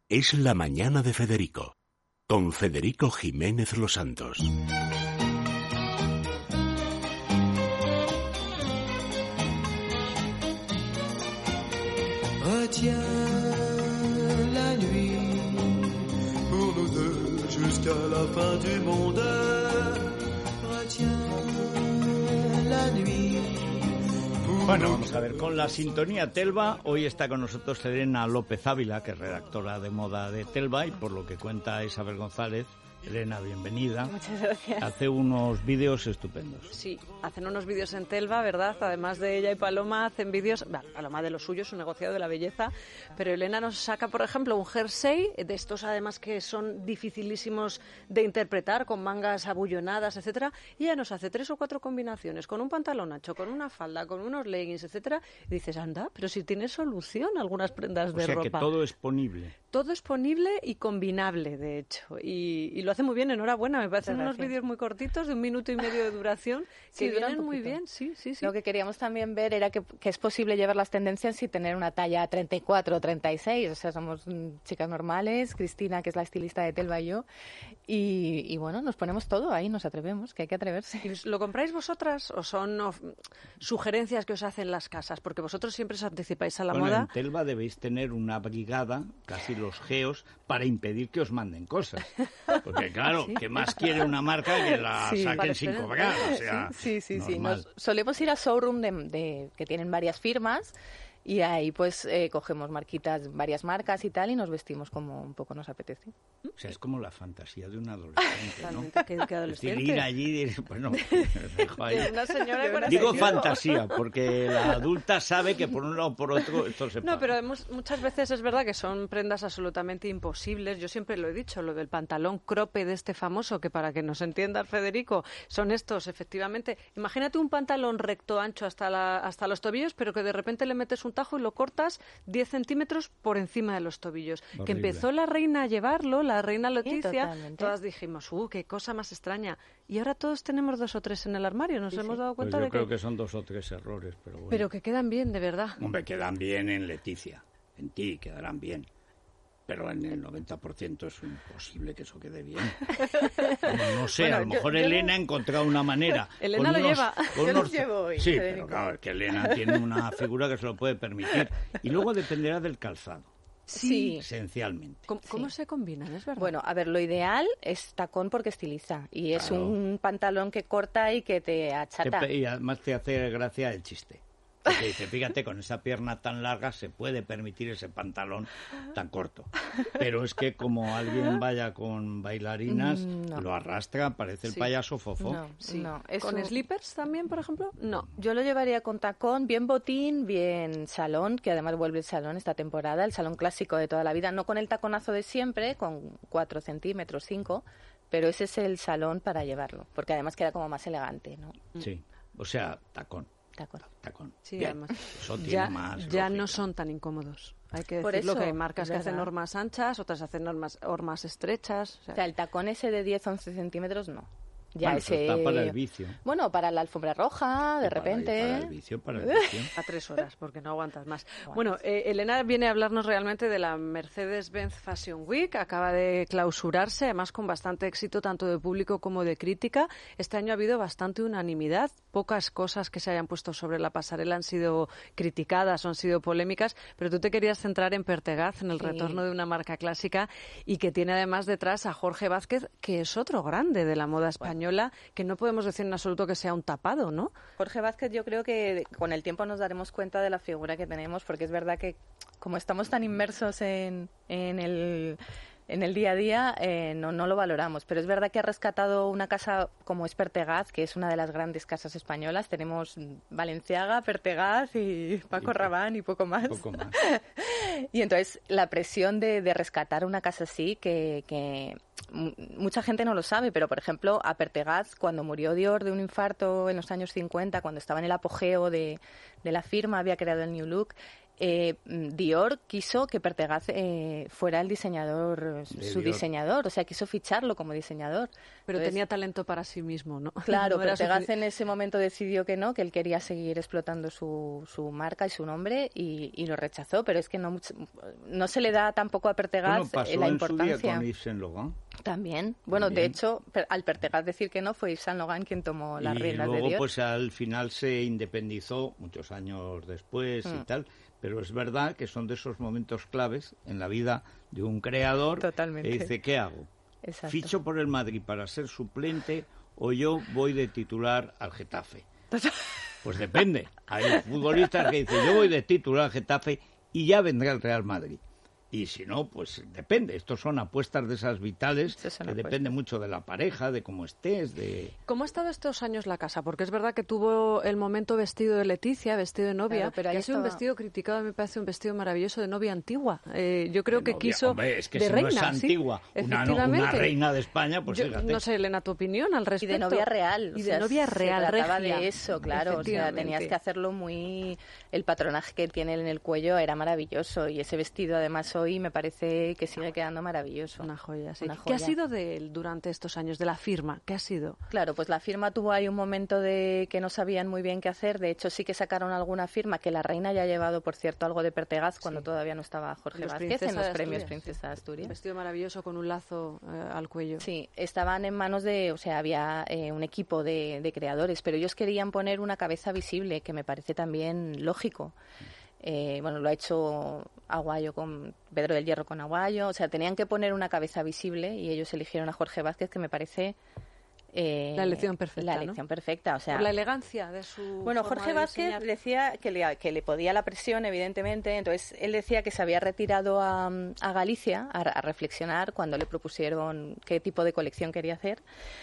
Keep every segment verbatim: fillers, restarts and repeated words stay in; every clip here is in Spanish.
Es la mañana de Federico, con Federico Jiménez Los Santos. Retiens la nuit pour nous deux jusqu'à la fin du monde. Retiens la nuit. Bueno, vamos a ver, con la sintonía Telva, hoy está con nosotros Elena López Ávila, que es redactora de moda de Telva, y por lo que cuenta Isabel González. Elena, bienvenida. Muchas gracias. Hace unos vídeos estupendos. Sí, hacen unos vídeos en Telva, ¿verdad? Además de ella y Paloma, hacen vídeos, bueno, Paloma de lo suyo, su negociado de la belleza, pero Elena nos saca, por ejemplo, un jersey, de estos además que son dificilísimos de interpretar, con mangas abullonadas, etcétera, y ella nos hace tres o cuatro combinaciones, con un pantalón ancho, con una falda, con unos leggings, etcétera, y dices, anda, pero si tiene solución algunas prendas de ropa. O sea ropa. que todo es ponible. Todo es ponible y combinable, de hecho, y, y lo hace muy bien, enhorabuena, me parecen unos vídeos muy cortitos, de un minuto y medio de duración, que sí, vienen muy bien, sí, sí, sí. Lo que queríamos también ver era que, que es posible llevar las tendencias sin tener una talla treinta y cuatro o treinta y seis, o sea, somos chicas normales, Cristina, que es la estilista de Telva, y yo, y, y bueno, nos ponemos todo ahí, nos atrevemos, que hay que atreverse. ¿Y lo compráis vosotras o son of- sugerencias que os hacen las casas? Porque vosotros siempre os anticipáis a la bueno, moda. En Telva debéis tener una brigada, casi los geos, para impedir que os manden cosas. Porque claro, ¿sí? ¿Qué más quiere una marca que la Sí, saquen sin cobrar? O sea, sí, sí, sí. normal. Nos solemos ir a showroom de, de, que tienen varias firmas. Y ahí pues eh, cogemos marquitas, varias marcas y tal, y nos vestimos como un poco nos apetece. O sea, es como la fantasía de un adolescente, ¿no? ¿Qué, qué adolescente? Es decir, ir allí y decir, bueno, dejo ahí. Una señora con Digo ese tipo. fantasía, porque la adulta sabe que por un lado o por otro esto se No, paga. pero hemos, muchas veces es verdad que son prendas absolutamente imposibles. Yo siempre lo he dicho, lo del pantalón crope de este famoso, que para que nos entienda Federico, son estos, efectivamente. Imagínate un pantalón recto, ancho hasta, la, hasta los tobillos, pero que de repente le metes un tajo y lo cortas diez centímetros por encima de los tobillos. Horrible. Que empezó la reina a llevarlo, la reina Leticia, Sí, todas dijimos, uh, qué cosa más extraña. Y ahora todos tenemos dos o tres en el armario, nos Sí, hemos sí. dado Pues cuenta yo de creo que... que son dos o tres errores, pero bueno. Pero que quedan bien, de verdad. Hombre, quedan bien en Leticia, en ti quedarán bien. Pero en el noventa por ciento es imposible que eso quede bien. No, no sé, Bueno, a lo yo- mejor yo Elena no- encontraba una manera. Elena con lo unos- lleva. con Yo unos- los llevo hoy, Sí, Federico. pero claro, es que Elena tiene una figura que se lo puede permitir. Y luego dependerá del calzado, Sí. esencialmente. ¿Cómo, cómo Sí. se combinan? Es verdad. Bueno, a ver, lo ideal es tacón porque estiliza. Y es Claro. un pantalón que corta y que te Te achata. pe- y además te hace gracia el chiste. Porque dice, fíjate, con esa pierna tan larga se puede permitir ese pantalón tan corto. Pero es que como alguien vaya con bailarinas, Mm, no. lo arrastra, parece el Sí. payaso fofo. No, Sí. no. es ¿Con un- slippers también, por ejemplo? No. Yo lo llevaría con tacón, bien botín, bien salón, que además vuelve el salón esta temporada, el salón clásico de toda la vida, no con el taconazo de siempre, con cuatro centímetros, cinco, pero ese es el salón para llevarlo, porque además queda como más elegante, ¿no? Sí, o sea, tacón, Tacón. tacón. Sí, Bien, además. eso tiene Ya, más ya no lógica. son tan incómodos. Hay que Por decirlo, eso, que hay marcas es que hacen verdad. hormas anchas, otras hacen hormas, hormas estrechas. O sea, O sea, el tacón ese de diez, once centímetros, no. Ya Bueno, eso ese... está para el vicio. Bueno, para la alfombra roja, de Para- repente. Para el vicio, para el vicio. a tres horas, porque no aguantas más. Aguantas. Bueno, eh, Elena viene a hablarnos realmente de la Mercedes-Benz Fashion Week. Acaba de clausurarse, además con bastante éxito tanto de público como de crítica. Este año ha habido bastante unanimidad. Pocas cosas que se hayan puesto sobre la pasarela han sido criticadas o han sido polémicas, pero tú te querías centrar en Pertegaz, en el Sí. retorno de una marca clásica y que tiene además detrás a Jorge Vázquez, que es otro grande de la moda española, que no podemos decir en absoluto que sea un tapado, ¿no? Jorge Vázquez, yo creo que con el tiempo nos daremos cuenta de la figura que tenemos, porque es verdad que como estamos tan inmersos en, en el en el día a día, eh, no, no lo valoramos. Pero es verdad que ha rescatado una casa como es Pertegaz, que es una de las grandes casas españolas. Tenemos Balenciaga, Pertegaz y Paco Y- Rabanne y poco más. Un poco más. Y entonces la presión de, de rescatar una casa así, que, que m- mucha gente no lo sabe, pero por ejemplo a Pertegaz, cuando murió Dior de un infarto en los años cincuenta, cuando estaba en el apogeo de, de la firma, había creado el New Look, eh, Dior quiso que Pertegaz eh, fuera el diseñador, De su Dior. diseñador, o sea, quiso ficharlo como diseñador. Pero Entonces, tenía talento para sí mismo, ¿no? Claro, No era Pertegaz sufici- en ese momento decidió que no, que él quería seguir explotando su, su marca y su nombre y, y lo rechazó, pero es que no, much- no se le da tampoco a Pertegaz Bueno, pasó eh, la en su día importancia. con Yves Saint Laurent. También. Bueno, También. de hecho, per- al Pertegaz decir que no, fue Yves Saint Laurent quien tomó las Y riendas luego, de Dior. pues al final se independizó muchos años después y Mm. tal. Pero es verdad que son de esos momentos claves en la vida de un creador Totalmente. que dice, ¿qué hago? Exacto. ¿Ficho por el Madrid para ser suplente o yo voy de titular al Getafe? Pues depende. Hay futbolistas que dicen, yo voy de titular al Getafe y ya vendrá el Real Madrid. Y si no, pues depende. Estos son apuestas de esas vitales Esas son que apuestas. depende mucho de la pareja, de cómo estés, de... ¿Cómo ha estado estos años la casa? Porque es verdad que tuvo el momento vestido de Leticia, vestido de novia, Claro, pero que ahí ha sido un estaba- vestido criticado, me parece un vestido maravilloso de novia antigua. Eh, yo creo de que novia. quiso Hombre, es que de si reina, no es sí, antigua, una, no- una efectivamente. reina de España, pues Yo fíjate. no sé, Elena, tu opinión al Y respecto. de novia real. o Y sea, de novia real, se trataba regia. de eso, claro. O sea, tenías Efectivamente. que hacerlo muy... El patronaje que tiene en el cuello era maravilloso. Y ese vestido, además, hoy me parece que sigue quedando maravilloso. Una joya, sí. Una ¿Qué ha joya. sido de él durante estos años, de la firma? ¿Qué ha sido? Claro, pues la firma tuvo ahí un momento de que no sabían muy bien qué hacer. De hecho, sí que sacaron alguna firma que la reina ya ha llevado, por cierto, algo de Pertegaz cuando Sí. todavía no estaba Jorge Los Vázquez Princesa en los de premios Asturias, Princesa de Un Asturias. vestido maravilloso con un lazo eh, al cuello. Sí, estaban en manos de, o sea, había eh, un equipo de, de creadores, pero ellos querían poner una cabeza visible, que me parece también lógico. Eh, bueno, lo ha hecho Aguayo con Pedro del Hierro con Aguayo, o sea, tenían que poner una cabeza visible y ellos eligieron a Jorge Vázquez, que me parece eh, La elección perfecta, La ¿no? elección perfecta, o sea, Por la elegancia de su bueno, forma Jorge de Vázquez diseñar. decía que le, que le podía la presión, evidentemente. Entonces, él decía que se había retirado a, a Galicia a, a reflexionar cuando le propusieron qué tipo de colección quería hacer.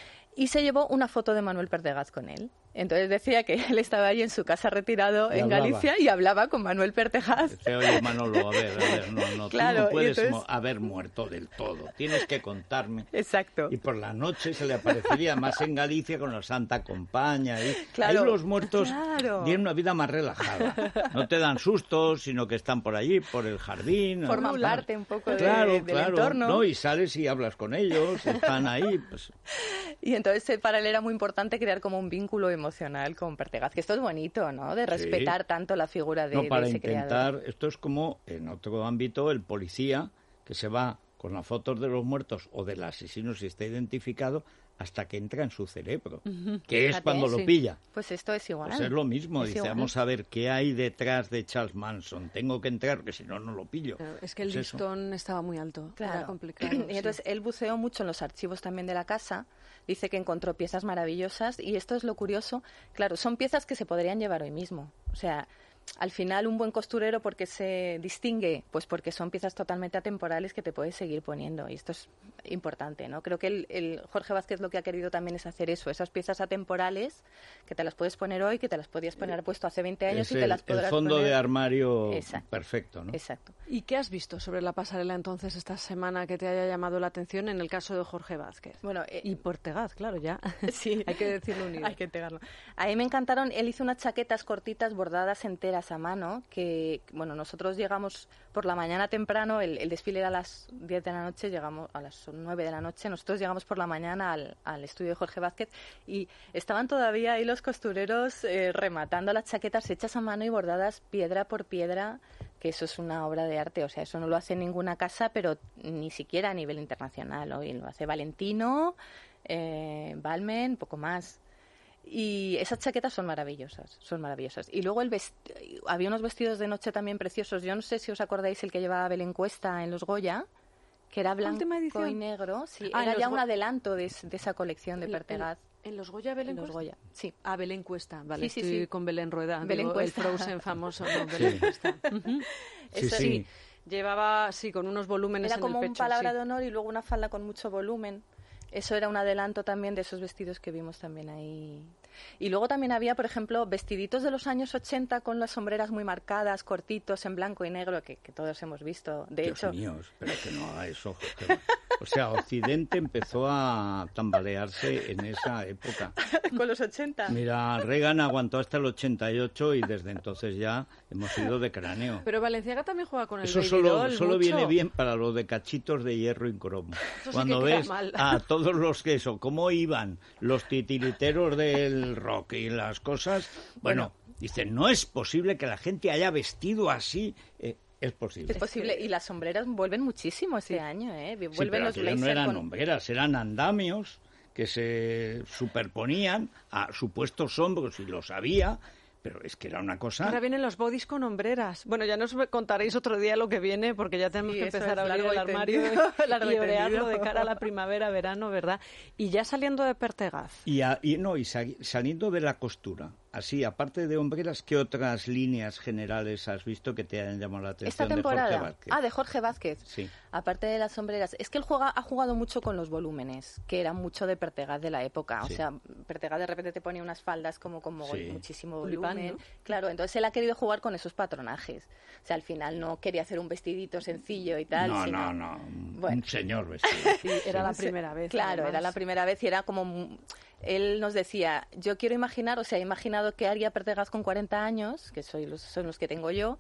Y se llevó una foto de Manuel Pertegaz con él. Entonces decía que él estaba ahí en su casa retirado Y en hablaba. Galicia y hablaba con Manuel Pertegaz. Dice, oye, Manolo, a ver, a ver, no, no, Claro, tú no y puedes entonces- mo- haber muerto del todo. Tienes que contarme. Exacto. Y por la noche se le aparecería más en Galicia con la Santa Compaña. Y Claro, ahí los muertos claro. tienen una vida más relajada. No te dan sustos, sino que están por allí, por el jardín. Forman ¿no? parte un poco de- Claro, del claro, entorno. ¿no? Y sales y hablas con ellos, están ahí. Pues, Y entonces eh, para él era muy importante crear como un vínculo emocional con Pertegaz, que esto es bonito, ¿no? De respetar tanto la figura de, no, para de ese intentar, creador. esto es como en otro ámbito el policía que se va con las fotos de los muertos o del asesino si está identificado hasta que entra en su cerebro, que es Fíjate, cuando lo sí. pilla. Pues esto es igual. Pues es lo mismo, Es dice, igual. vamos a ver qué hay detrás de Charles Manson, tengo que entrar, que si no, no lo pillo. Claro, es que el Pues eso. listón estaba muy alto, era Claro. complicado. Y sí. entonces él buceó mucho en los archivos también de la casa, dice que encontró piezas maravillosas y esto es lo curioso, claro, son piezas que se podrían llevar hoy mismo. O sea, al final un buen costurero, ¿por qué se distingue? Pues porque son piezas totalmente atemporales que te puedes seguir poniendo y esto es importante, ¿no? Creo que el, el Jorge Vázquez lo que ha querido también es hacer eso, esas piezas atemporales que te las puedes poner hoy, que te las podías poner puesto hace veinte años Es y te el, las el podrás fondo poner. de armario Exacto. perfecto, ¿no? Exacto. ¿Y qué has visto sobre la pasarela entonces esta semana que te haya llamado la atención en el caso de Jorge Vázquez? Bueno, eh, Y Pertegaz, claro, ya. Sí. Hay que decirlo unido. Hay que pegarlo. A mí me encantaron, él hizo unas chaquetas cortitas bordadas enteras a mano, que, bueno, nosotros llegamos por la mañana temprano, el, el desfile era a las diez de la noche, llegamos a las nueve de la noche, nosotros llegamos por la mañana al, al estudio de Jorge Vázquez y estaban todavía ahí los costureros eh, rematando las chaquetas hechas a mano y bordadas piedra por piedra, que eso es una obra de arte, o sea, eso no lo hace ninguna casa, pero ni siquiera a nivel internacional, hoy lo hace Valentino, eh, Balmain, poco más. Y esas chaquetas son maravillosas, son maravillosas. Y luego el vest... había unos vestidos de noche también preciosos. Yo no sé si os acordáis el que llevaba Belén Cuesta en los Goya, que era blanco Última edición. y negro. Sí, Ah, en era los ya Go- un adelanto de, es- de esa colección de En- Pertegaz. En, en los Goya Belén En los Cuesta? Goya, sí. Ah, Belén Cuesta, vale, Sí, sí, estoy sí. con Belén Rueda. Belén digo, Cuesta. El Frozen famoso, no, Belén Sí. Cuesta. Ujú. Sí, Eso sí. Llevaba, sí, con unos volúmenes Era en como el un pecho. palabra sí. de honor y luego una falda con mucho volumen. Eso era un adelanto también de esos vestidos que vimos también ahí. Y luego también había, por ejemplo, vestiditos de los años ochenta con las sombreras muy marcadas, cortitos, en blanco y negro, que, que todos hemos visto. De Dios hecho, mío, espero que no haga eso. Jorge. O sea, Occidente empezó a tambalearse en esa época. Con los ochenta. Mira, Reagan aguantó hasta el ochenta y ocho y desde entonces ya hemos ido de cráneo. Pero Valenciaga también juega con el Eso baby solo, doll solo mucho. viene bien para los de cachitos de hierro y cromo. Eso sí Cuando que queda ves mal. a todos los que eso, cómo iban los titiriteros del rock y las cosas, bueno, dicen, no es posible que la gente haya vestido así. Eh, es posible. Es posible. Y las sombreras vuelven muchísimo este año, ¿eh? Vuelven Sí, pero los aquello no blazers eran con... hombreras, eran andamios que se superponían a supuestos hombros y los había, pero es que era una cosa... Ahora vienen los bodys con hombreras. Bueno, ya nos contaréis otro día lo que viene, porque ya tenemos Sí, que eso empezar es, a abrir largo el y armario tendido, y, largo y y orearlo tendido. de cara a la primavera, verano, ¿verdad? Y ya saliendo de Pertegaz. Y, a- y no, y sa- saliendo de la costura, así, aparte de hombreras, ¿qué otras líneas generales has visto que te hayan llamado la atención Esta de temporada. Jorge Vázquez? Ah, de Jorge Vázquez. Sí. Aparte de las sombreras. Es que él juega, ha jugado mucho con los volúmenes, que era mucho de Pertegaz de la época. Sí. O sea, Pertegaz de repente te ponía unas faldas como con mogol- Sí. muchísimo Tulipán, volumen. ¿no? Claro, entonces él ha querido jugar con esos patronajes. O sea, al final no quería hacer un vestidito sencillo y tal. No, sino- no, no, un- Bueno. un señor vestido. Sí, era la primera vez. Claro, además. era la primera vez y era como... mu- Él nos decía, yo quiero imaginar, o sea, he imaginado que haría Pertegaz con cuarenta años, que soy los, son los que tengo yo,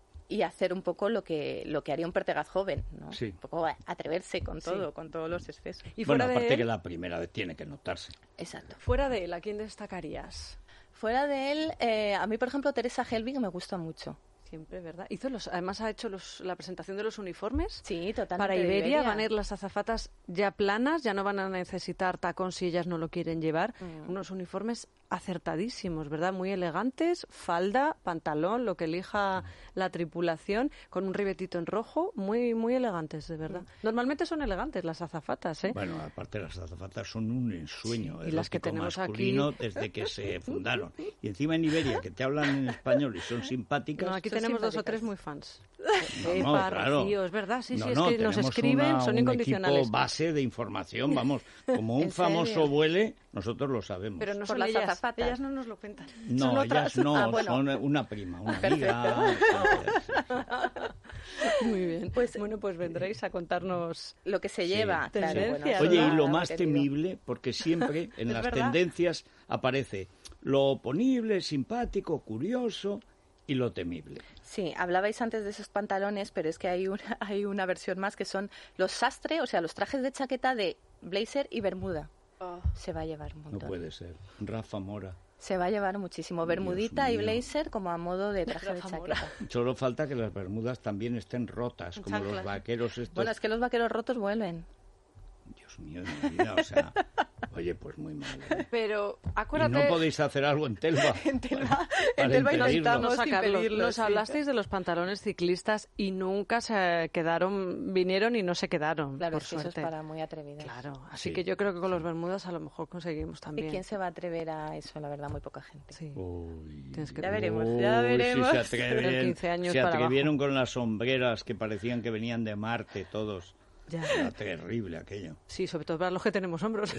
y hacer un poco lo que lo que haría un Pertegaz joven, ¿no? Sí. Un poco eh, atreverse con Sí. todo, con todos los excesos. Y Bueno, fuera de aparte él, que la primera vez tiene que notarse. Exacto. fuera de él, ¿a quién destacarías? Fuera de él, eh, a mí, por ejemplo, Teresa Helbig me gusta mucho. Siempre, ¿verdad? Hizo los, además ha hecho los, la presentación de los uniformes. Sí, totalmente. Para de Iberia, van a ir las azafatas ya planas, ya no van a necesitar tacón si ellas no lo quieren llevar. Mm. Unos uniformes acertadísimos, ¿verdad? Muy elegantes, falda, pantalón, lo que elija la tripulación, con un ribetito en rojo, muy muy elegantes, de verdad. Normalmente son elegantes las azafatas, ¿eh? Bueno, aparte las azafatas son un ensueño Sí, y las que erótico tenemos masculino desde que se fundaron. Y encima en Iberia, que te hablan en español y son simpáticas. No, aquí Son tenemos dos o simpáticas. tres muy fans. No, Epa, no, claro. Rocío, es verdad, sí, No, sí, es no, que nos tenemos escriben, una- son un incondicionales. equipo base de información, vamos, como un ¿En famoso serio? vuele, nosotros lo sabemos. Pero no Por son las ellas, azafatas. ellas no nos lo cuentan. no, son otras. ellas no, Ah, bueno. son una prima, una Perfecto. amiga. sí, sí. Muy bien. Pues- bueno, pues vendréis a contarnos. Lo que se Sí. lleva. Claro, Tendencias, bueno, Oye, y nada, lo nada, más querido. temible, porque siempre en Es las verdad. tendencias aparece lo ponible, simpático, curioso y lo temible. Sí, hablabais antes de esos pantalones, pero es que hay una, hay una versión más que son los sastre, o sea, los trajes de chaqueta de blazer y bermuda. Se va a llevar un No montón. puede ser. Rafa Mora. Se va a llevar muchísimo. Bermudita y mío. blazer como a modo de traje de Rafa Mora. chaqueta. Solo falta que las bermudas también estén rotas, como los Chanclas. vaqueros estos. Bueno, es que los vaqueros rotos vuelven. Dios mío de mi vida, o sea... Oye, pues muy mal. ¿eh? Pero Y acuérdate. no podéis hacer algo en Telva. En Telva, para en Telva impedirlo. intentamos Vamos a sacarlos. impedirlo, Nos sí. hablasteis de los pantalones ciclistas y nunca se quedaron, vinieron y no se quedaron, Claro, por es que eso es suerte. para muy atrevidas. Claro, así Sí, que yo creo que con los bermudas a lo mejor conseguimos ¿Y también. quién se va a atrever a eso? La verdad, muy poca gente. Sí. Uy, Tienes que- Ya veremos, uy, ya si veremos. se Pero atrevieron, quince años se para atrevieron con las sombreras que parecían que venían de Marte todos. Ya. Era terrible aquello. Sí, sobre todo para los que tenemos hombros.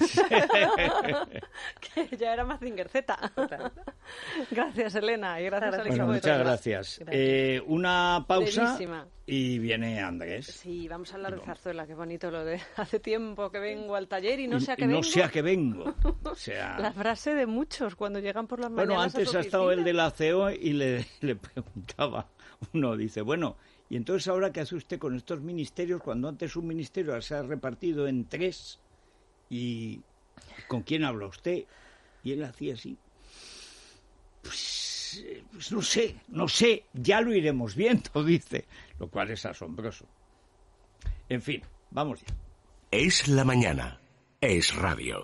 que ya era más Z. Gracias, Elena, y gracias, Gracias. al Bueno, equipo de muchas Telva. gracias. Gracias. Eh, una pausa Brevísima. y viene Andrés. Sí, vamos a hablar de zarzuela, qué bonito lo de hace tiempo que vengo al taller y no Y- sé a y qué no vengo. sé a qué vengo. O sea, La frase de muchos cuando llegan por las mañanas. bueno, a antes su ha estado el oficina. de la C E O y le, le preguntaba, uno dice, bueno, y entonces ahora qué hace usted con estos ministerios cuando antes un ministerio se ha repartido en tres y con quién habla usted? Y él hacía así. Pues, eh, pues no sé, no sé, ya lo iremos viendo, dice, lo cual es asombroso. En fin, vamos ya. Es la mañana. Es radio.